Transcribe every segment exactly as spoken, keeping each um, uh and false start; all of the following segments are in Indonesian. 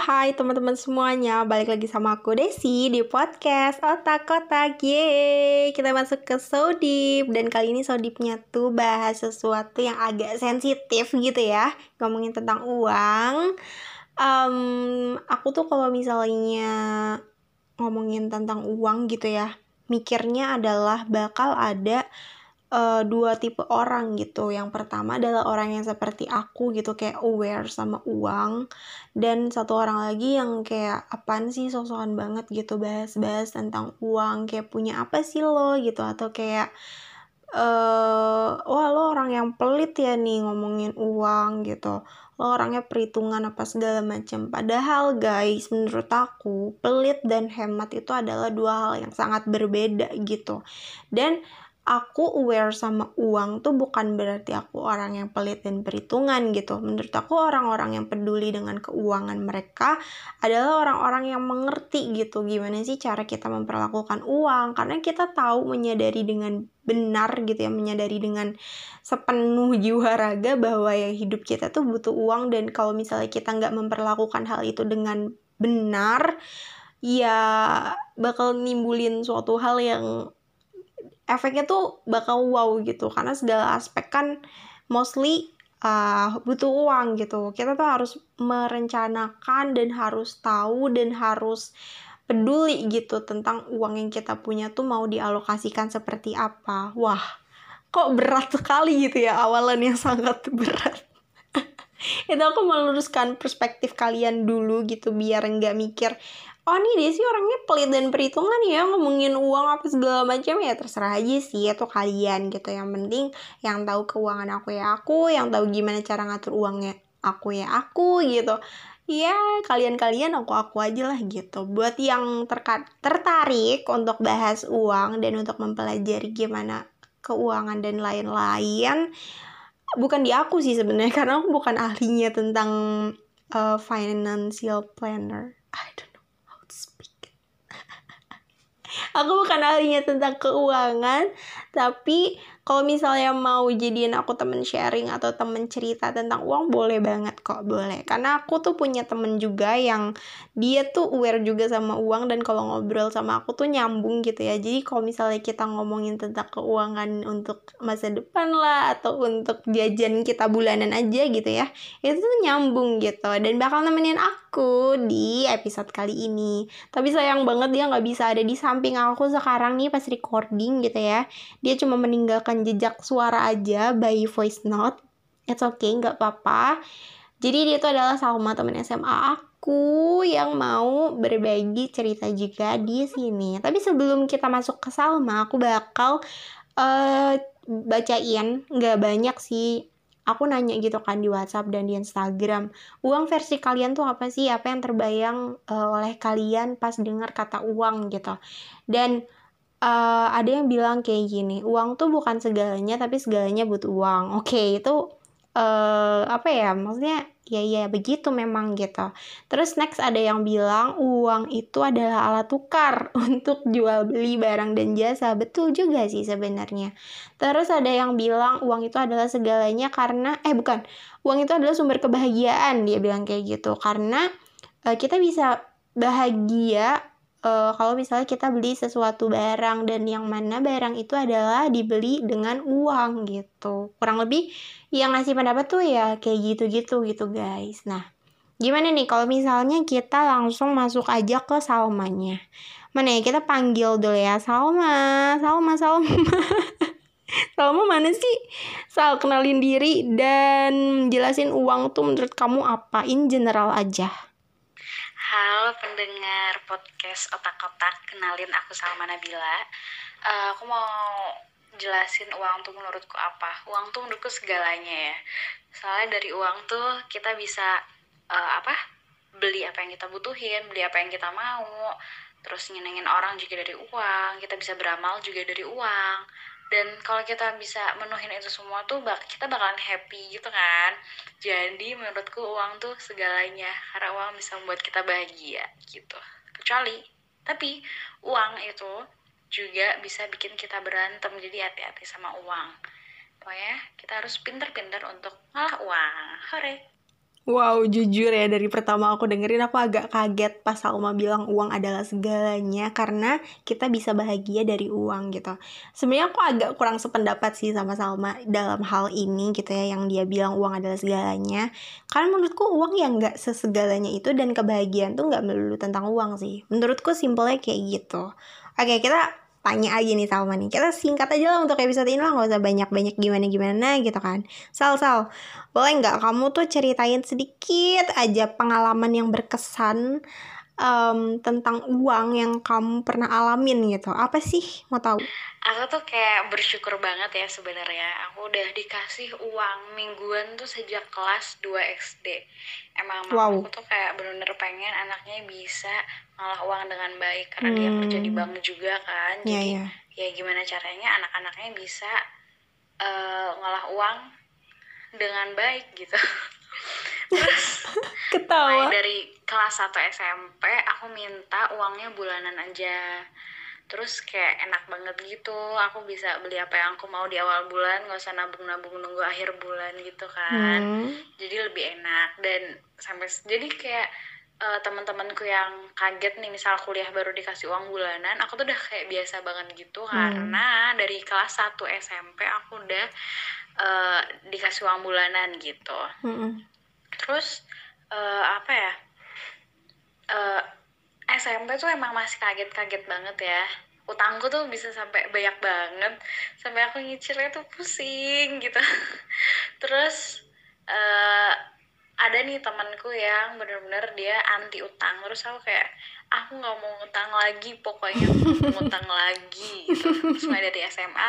hai teman-teman semuanya, balik lagi sama aku Desi di podcast Otak Kotak. Yeay, kita masuk ke So Deep. Dan kali ini So Deepnya tuh bahas sesuatu yang agak sensitif gitu ya, ngomongin tentang uang. um, Aku tuh kalau misalnya ngomongin tentang uang gitu ya, mikirnya adalah bakal ada Uh, dua tipe orang gitu. Yang pertama adalah orang yang seperti aku gitu, kayak aware sama uang. Dan satu orang lagi yang kayak apaan sih sosokan banget gitu bahas-bahas tentang uang, kayak punya apa sih lo gitu, atau kayak uh, wah lo orang yang pelit ya nih ngomongin uang gitu, lo orangnya perhitungan apa segala macam. Padahal guys, menurut aku pelit dan hemat itu adalah dua hal yang sangat berbeda gitu. Dan aku aware sama uang tuh bukan berarti aku orang yang pelit dan perhitungan gitu. Menurut aku orang-orang yang peduli dengan keuangan mereka adalah orang-orang yang mengerti gitu gimana sih cara kita memperlakukan uang. Karena kita tahu, menyadari dengan benar gitu ya, menyadari dengan sepenuh jiwa raga bahwa ya hidup kita tuh butuh uang. Dan kalau misalnya kita nggak memperlakukan hal itu dengan benar, ya bakal nimbulin suatu hal yang efeknya tuh bakal wow gitu, karena segala aspek kan mostly uh, butuh uang gitu. Kita tuh harus merencanakan dan harus tahu dan harus peduli gitu tentang uang yang kita punya tuh mau dialokasikan seperti apa. Wah, kok berat sekali gitu ya, awalan yang sangat berat. Itu aku meluruskan perspektif kalian dulu gitu, biar nggak mikir, oh nih Desi orangnya pelit dan perhitungan ya, ngomongin uang apa segala macam. Ya terserah aja sih, itu kalian gitu. Yang penting yang tahu keuangan aku ya aku, yang tahu gimana cara ngatur uangnya aku ya aku gitu. Ya kalian-kalian aku-aku aja lah gitu. Buat yang terka- tertarik untuk bahas uang dan untuk mempelajari gimana keuangan dan lain-lain, bukan di aku sih sebenarnya, karena aku bukan ahlinya tentang uh, financial planner. I don't know how to speak. Aku bukan ahlinya tentang keuangan, tapi kalau misalnya mau jadiin aku temen sharing atau temen cerita tentang uang, boleh banget kok, boleh. Karena aku tuh punya temen juga yang dia tuh aware juga sama uang, dan kalau ngobrol sama aku tuh nyambung gitu ya. Jadi kalau misalnya kita ngomongin tentang keuangan untuk masa depan lah, atau untuk jajan kita bulanan aja gitu ya, itu tuh nyambung gitu, dan bakal nemenin aku di episode kali ini. Tapi sayang banget dia nggak bisa ada di samping aku sekarang nih pas recording gitu ya. Dia cuma meninggalkan jejak suara aja by voice note. It's okay, nggak apa-apa. Jadi dia itu adalah Salma, teman S M A aku yang mau berbagi cerita juga di sini. Tapi sebelum kita masuk ke Salma, aku bakal uh, bacain, nggak banyak sih. Aku nanya gitu kan di WhatsApp dan di Instagram, uang versi kalian tuh apa sih? Apa yang terbayang uh, oleh kalian pas dengar kata uang gitu. Dan uh, ada yang bilang kayak gini, uang tuh bukan segalanya, tapi segalanya butuh uang. Oke, okay, itu uh, apa ya, maksudnya ya ya begitu memang gitu. Terus next ada yang bilang uang itu adalah alat tukar untuk jual beli barang dan jasa. Betul juga sih sebenarnya. Terus ada yang bilang uang itu adalah segalanya karena eh bukan, uang itu adalah sumber kebahagiaan. Dia bilang kayak gitu karena uh, kita bisa bahagia Uh, kalau misalnya kita beli sesuatu barang, dan yang mana barang itu adalah dibeli dengan uang gitu. Kurang lebih yang ngasih pendapat tuh ya kayak gitu-gitu gitu guys. Nah, gimana nih kalau misalnya kita langsung masuk aja ke Salmanya. Mana ya, kita panggil dulu ya, Salma, Salma, Salma. Salma mana sih? Sal, kenalin diri dan jelasin uang tuh menurut kamu apa, in general aja. Halo pendengar podcast Otak-Otak, kenalin aku Salma Nabila. uh, Aku mau jelasin uang tuh menurutku apa. Uang tuh menurutku segalanya ya. Soalnya dari uang tuh kita bisa uh, apa beli apa yang kita butuhin, beli apa yang kita mau. Terus nyenengin orang juga dari uang. Kita bisa beramal juga dari uang. Dan kalau kita bisa menuhin itu semua tuh bak- kita bakalan happy gitu kan. Jadi menurutku uang tuh segalanya, karena uang bisa membuat kita bahagia gitu. Kecuali, tapi uang itu juga bisa bikin kita berantem, jadi hati-hati sama uang. Pokoknya kita harus pintar-pintar untuk ngalah uang. Hore! Wow, jujur ya, dari pertama aku dengerin aku agak kaget pas Salma bilang uang adalah segalanya, karena kita bisa bahagia dari uang gitu. Sebenarnya aku agak kurang sependapat sih sama Salma dalam hal ini gitu ya, yang dia bilang uang adalah segalanya. Karena menurutku uang yang nggak sesegalanya itu, dan kebahagiaan tuh nggak melulu tentang uang sih. Menurutku simpelnya kayak gitu. Oke, kita tanya aja nih Salma nih. Kita singkat aja lah untuk episode ini lah, nggak usah banyak-banyak gimana-gimana gitu kan. Sal, Sal, boleh nggak kamu tuh ceritain sedikit aja pengalaman yang berkesan em, tentang uang yang kamu pernah alamin gitu. Apa sih? Mau tahu? Aku tuh kayak bersyukur banget ya sebenarnya. Aku udah dikasih uang mingguan tuh sejak kelas dua S D. Emang mama Wow. aku tuh kayak bener-bener pengen anaknya bisa ngolah uang dengan baik, karena dia kerja di Hmm, bank juga kan. ya Jadi ya. ya gimana caranya anak-anaknya bisa eh, ngolah uang dengan baik gitu. Terus mulai Ketawa. dari kelas satu S M P aku minta uangnya bulanan aja. Terus kayak enak banget gitu, aku bisa beli apa yang aku mau di awal bulan, gak usah nabung-nabung nunggu akhir bulan gitu kan. Hmm, Jadi lebih enak. Dan sampai jadi kayak eh, teman-temanku yang kaget nih, misal kuliah baru dikasih uang bulanan, aku tuh udah kayak biasa banget gitu. hmm, Karena dari kelas satu S M P aku udah eh, dikasih uang bulanan gitu. hmm, Terus eh, apa ya, eh, S M P tuh emang masih kaget-kaget banget ya. Utangku tuh bisa sampai banyak banget, sampai aku nyicilnya tuh pusing gitu. Terus eh, ada nih temanku yang bener-bener dia anti utang. Terus aku kayak, aku nggak mau ngutang lagi, pokoknya aku nggak mau ngutang lagi gitu. Terus mulai dari S M A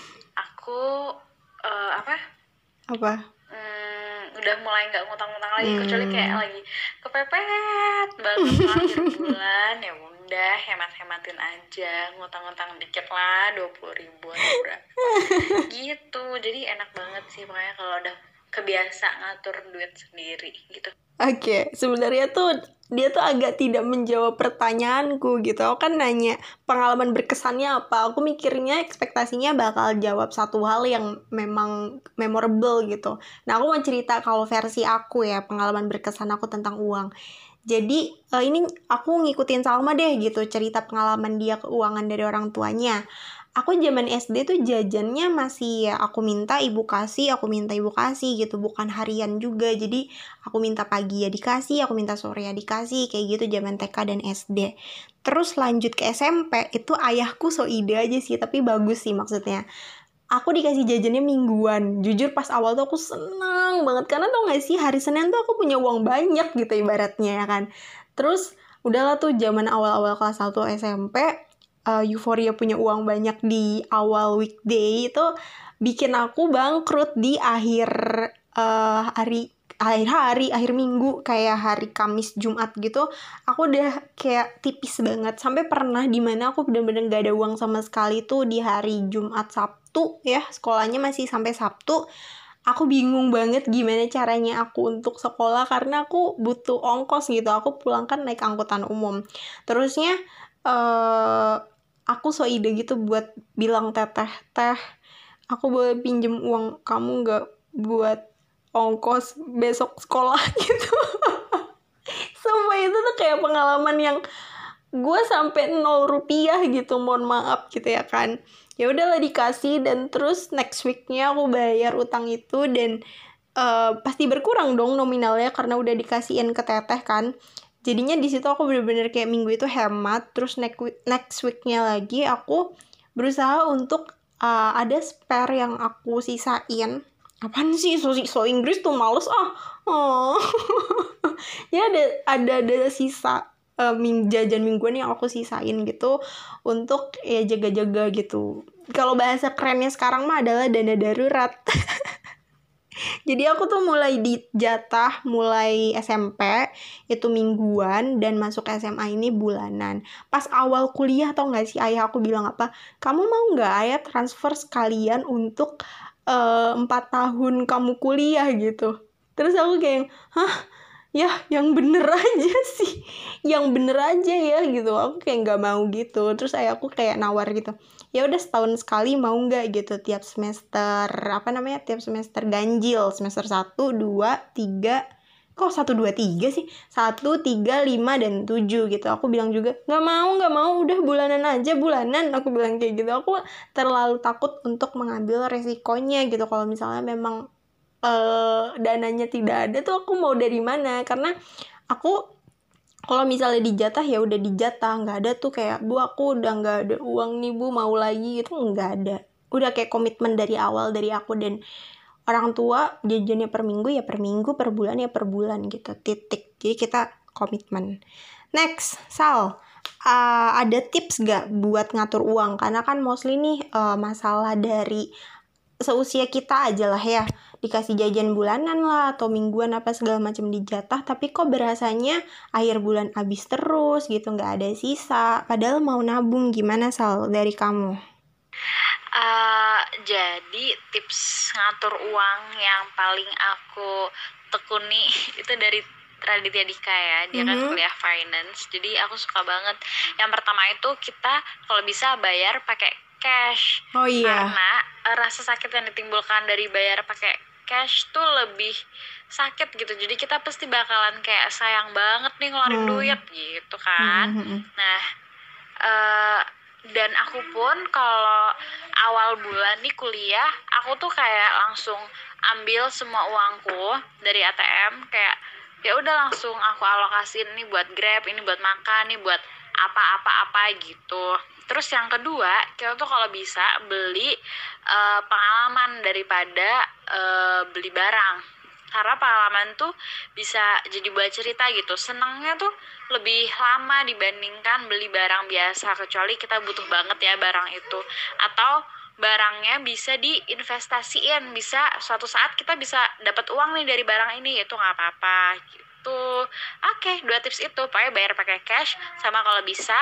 aku eh, apa apa? hmm, udah mulai nggak ngutang-ngutang lagi, kecuali kayak Hmm, lagi kepepet banget soal akhir bulan, ya udah hemat-hematin aja, ngutang-ngutang dikit lah, dua puluh ribuan berapa gitu. Jadi enak banget sih makanya kalau udah kebiasa ngatur duit sendiri gitu. Oke, sebenarnya tuh dia tuh agak tidak menjawab pertanyaanku gitu. Aku kan nanya pengalaman berkesannya apa. Aku mikirnya ekspektasinya bakal jawab satu hal yang memang memorable gitu. Nah, aku mau cerita kalau versi aku ya, pengalaman berkesan aku tentang uang. Jadi eh, ini aku ngikutin Salma deh gitu, cerita pengalaman dia keuangan dari orang tuanya. Aku zaman S D tuh jajannya masih ya aku minta ibu kasih, aku minta ibu kasih gitu, bukan harian juga. Jadi aku minta pagi ya dikasih, aku minta sore ya dikasih, kayak gitu zaman T K dan S D. Terus lanjut ke S M P, itu ayahku so ide aja sih, tapi bagus sih maksudnya. Aku dikasih jajannya mingguan. Jujur pas awal tuh aku senang banget, karena tau gak sih hari Senin tuh aku punya uang banyak gitu ibaratnya ya kan. Terus udahlah tuh zaman awal-awal kelas satu S M P, uh, euforia punya uang banyak di awal weekday itu bikin aku bangkrut di akhir uh, hari akhir hari, akhir minggu, kayak hari Kamis, Jumat gitu. Aku udah kayak tipis banget, sampai pernah dimana aku bener-bener gak ada uang sama sekali tuh di hari Jumat, Sabtu ya, sekolahnya masih sampai Sabtu. Aku bingung banget gimana caranya aku untuk sekolah, karena aku butuh ongkos gitu. Aku pulang kan naik angkutan umum. Terusnya eh aku so ide gitu buat bilang teteh, teh, aku boleh pinjem uang kamu nggak buat ongkos besok sekolah gitu. Sumpah itu tuh kayak pengalaman yang gue sampai nol rupiah gitu, mohon maaf gitu ya kan. Ya udahlah dikasih, dan terus next weeknya aku bayar utang itu, dan uh, pasti berkurang dong nominalnya karena udah dikasihin ke teteh kan. Jadinya di situ aku bener-bener kayak minggu itu hemat. Terus next week, next weeknya lagi aku berusaha untuk uh, ada spare yang aku sisain. Apaan sih so, so Inggris tuh males ah. Oh. Ya ada ada ada sisa uh, ming, jajan mingguan yang aku sisain gitu untuk ya jaga-jaga gitu. Kalau bahasa kerennya sekarang mah adalah dana darurat. Jadi aku tuh mulai dijatah mulai S M P itu mingguan, dan masuk S M A ini bulanan. Pas awal kuliah tau gak sih ayah aku bilang apa? Kamu mau gak ayah transfer sekalian untuk empat uh, tahun kamu kuliah gitu. Terus aku kayak, hah? Ya yang bener aja sih, yang bener aja ya gitu. Aku kayak nggak mau gitu. Terus ayahku kayak nawar gitu, ya udah setahun sekali mau nggak gitu, tiap semester apa namanya tiap semester ganjil, semester satu, dua, tiga, kok satu, dua, tiga sih? Satu, tiga, lima, dan tujuh gitu. Aku bilang juga, gak mau, gak mau, udah bulanan aja, bulanan. Aku bilang kayak gitu. Aku terlalu takut untuk mengambil resikonya gitu. Kalau misalnya memang uh, dananya tidak ada tuh aku mau dari mana? Karena aku kalau misalnya dijatah ya udah dijatah, nggak ada tuh kayak bu aku udah nggak ada uang nih bu mau lagi itu nggak ada. Udah kayak komitmen dari awal dari aku dan orang tua jajannya per minggu ya per minggu, per bulan ya per bulan gitu, titik. Jadi kita komitmen. Next, Sal, uh, ada tips gak buat ngatur uang? Karena kan mostly nih uh, masalah dari seusia kita aja lah ya, dikasih jajan bulanan lah atau mingguan apa segala macam dijatah, tapi kok berasanya akhir bulan habis terus gitu, nggak ada sisa. Padahal mau nabung. Gimana Sal dari kamu? Uh, jadi tips ngatur uang yang paling aku tekuni itu dari Raditya Dika ya, dia mm-hmm. kan kuliah finance, jadi aku suka banget. Yang pertama itu kita kalau bisa bayar pakai cash. Oh iya. Karena uh, rasa sakit yang ditimbulkan dari bayar pakai cash tuh lebih sakit gitu. Jadi kita pasti bakalan kayak sayang banget nih ngeluarin hmm. duit gitu kan. Mm-hmm. Nah, uh, dan aku pun kalau awal bulan nih kuliah, aku tuh kayak langsung ambil semua uangku dari A T M, kayak ya udah langsung aku alokasiin nih buat Grab, ini buat makan, nih buat apa-apa-apa gitu. Terus yang kedua, kita tuh kalau bisa beli uh, pengalaman daripada uh, beli barang. Karena pengalaman tuh bisa jadi buat cerita gitu. Senangnya tuh lebih lama dibandingkan beli barang biasa, kecuali kita butuh banget ya barang itu. Atau barangnya bisa diinvestasiin, bisa suatu saat kita bisa dapat uang nih dari barang ini, itu nggak apa-apa gitu. Oke, dua tips itu, pokoknya bayar pakai cash, sama kalau bisa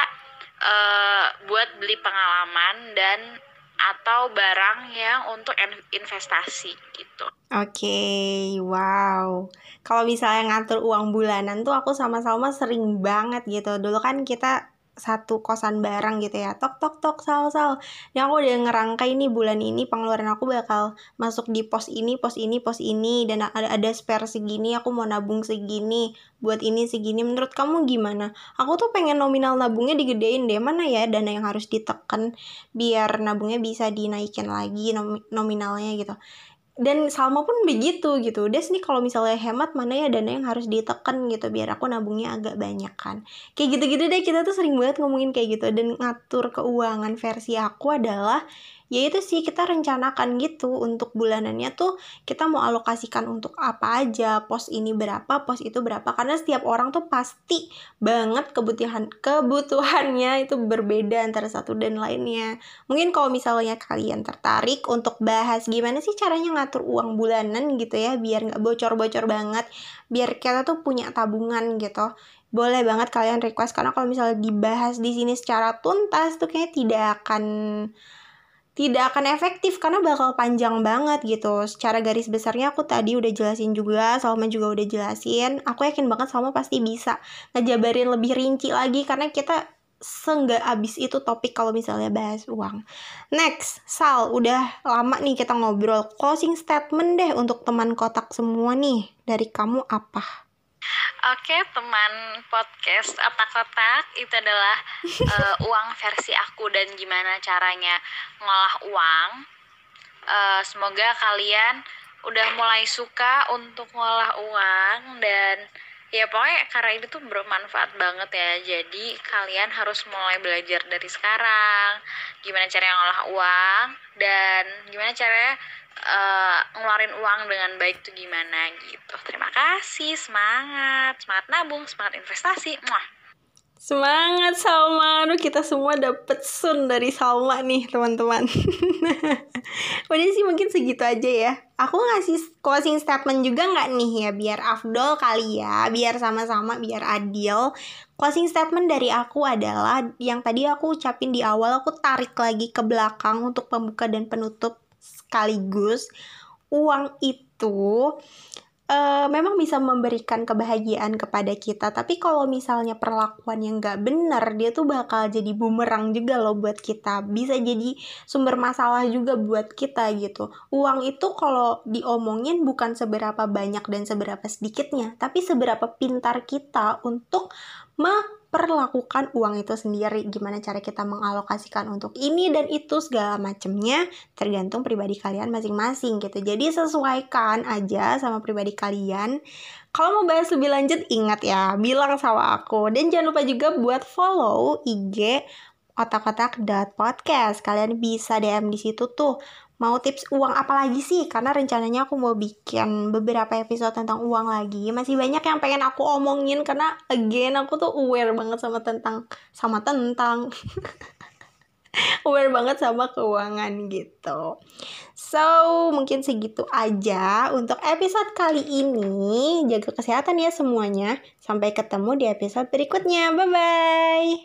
uh, buat beli pengalaman dan atau barang yang untuk investasi gitu. Oke, okay, wow. Kalau misalnya ngatur uang bulanan tuh aku sama Salma sering banget gitu. Dulu kan kita satu kosan bareng gitu ya, tok tok tok sal sal. Yang aku udah ngerangkai nih bulan ini pengeluaran aku bakal masuk di pos ini, pos ini, pos ini, dan ada ada spare segini, aku mau nabung segini, buat ini segini. Menurut kamu gimana? Aku tuh pengen nominal nabungnya digedein deh, mana ya dana yang harus ditekan biar nabungnya bisa dinaikin lagi nom- nominalnya gitu. Dan Salma pun begitu gitu. Des nih kalau misalnya hemat mana ya dana yang harus ditekan gitu biar aku nabungnya agak banyak kan. Kayak gitu-gitu deh, kita tuh sering banget ngomongin kayak gitu. Dan ngatur keuangan versi aku adalah ya itu sih, kita rencanakan gitu untuk bulanannya tuh kita mau alokasikan untuk apa aja, pos ini berapa, pos itu berapa, karena setiap orang tuh pasti banget kebutuhan kebutuhannya itu berbeda antara satu dan lainnya. Mungkin kalau misalnya kalian tertarik untuk bahas gimana sih caranya ngatur uang bulanan gitu ya biar nggak bocor-bocor banget, biar kita tuh punya tabungan gitu, boleh banget kalian request, karena kalau misalnya dibahas di sini secara tuntas tuh kayaknya tidak akan tidak akan efektif karena bakal panjang banget gitu. Secara garis besarnya aku tadi udah jelasin juga, Salma juga udah jelasin. Aku yakin banget Salma pasti bisa ngejabarin lebih rinci lagi karena kita seenggak abis itu topik kalau misalnya bahas uang. Next, Sal, udah lama nih kita ngobrol. Closing statement deh untuk teman kotak semua nih. Dari kamu apa? Oke, teman podcast Otak-Kotak, itu adalah uh, uang versi aku dan gimana caranya ngolah uang. Uh, semoga kalian udah mulai suka untuk ngolah uang dan ya pokoknya karena ini tuh bermanfaat banget ya. Jadi kalian harus mulai belajar dari sekarang gimana caranya ngolah uang dan gimana caranya Uh, ngeluarin uang dengan baik tuh gimana gitu. Terima kasih, semangat, semangat nabung, semangat investasi. Muah. Semangat Salma, aduh kita semua dapet sun dari Salma nih teman-teman. Udah sih mungkin segitu aja ya. Aku ngasih closing statement juga nggak nih ya biar afdol kali ya, biar sama-sama biar adil. Closing statement dari aku adalah yang tadi aku ucapin di awal, aku tarik lagi ke belakang untuk pembuka dan penutup sekaligus. Uang itu uh, memang bisa memberikan kebahagiaan kepada kita, tapi kalau misalnya perlakuan yang nggak benar, dia tuh bakal jadi bumerang juga loh buat kita, bisa jadi sumber masalah juga buat kita gitu. Uang itu kalau diomongin bukan seberapa banyak dan seberapa sedikitnya, tapi seberapa pintar kita untuk memperlakukan uang itu sendiri, gimana cara kita mengalokasikan untuk ini dan itu segala macamnya tergantung pribadi kalian masing-masing gitu. Jadi sesuaikan aja sama pribadi kalian. Kalau mau bahas lebih lanjut, ingat ya, bilang sama aku. Dan jangan lupa juga buat follow I G otak-otak dot podcast. Kalian bisa D M di situ tuh. Mau tips uang apa lagi sih? Karena rencananya aku mau bikin beberapa episode tentang uang lagi. Masih banyak yang pengen aku omongin karena again aku tuh aware banget sama tentang sama tentang aware banget sama keuangan gitu. So, mungkin segitu aja untuk episode kali ini. Jaga kesehatan ya semuanya. Sampai ketemu di episode berikutnya. Bye-bye.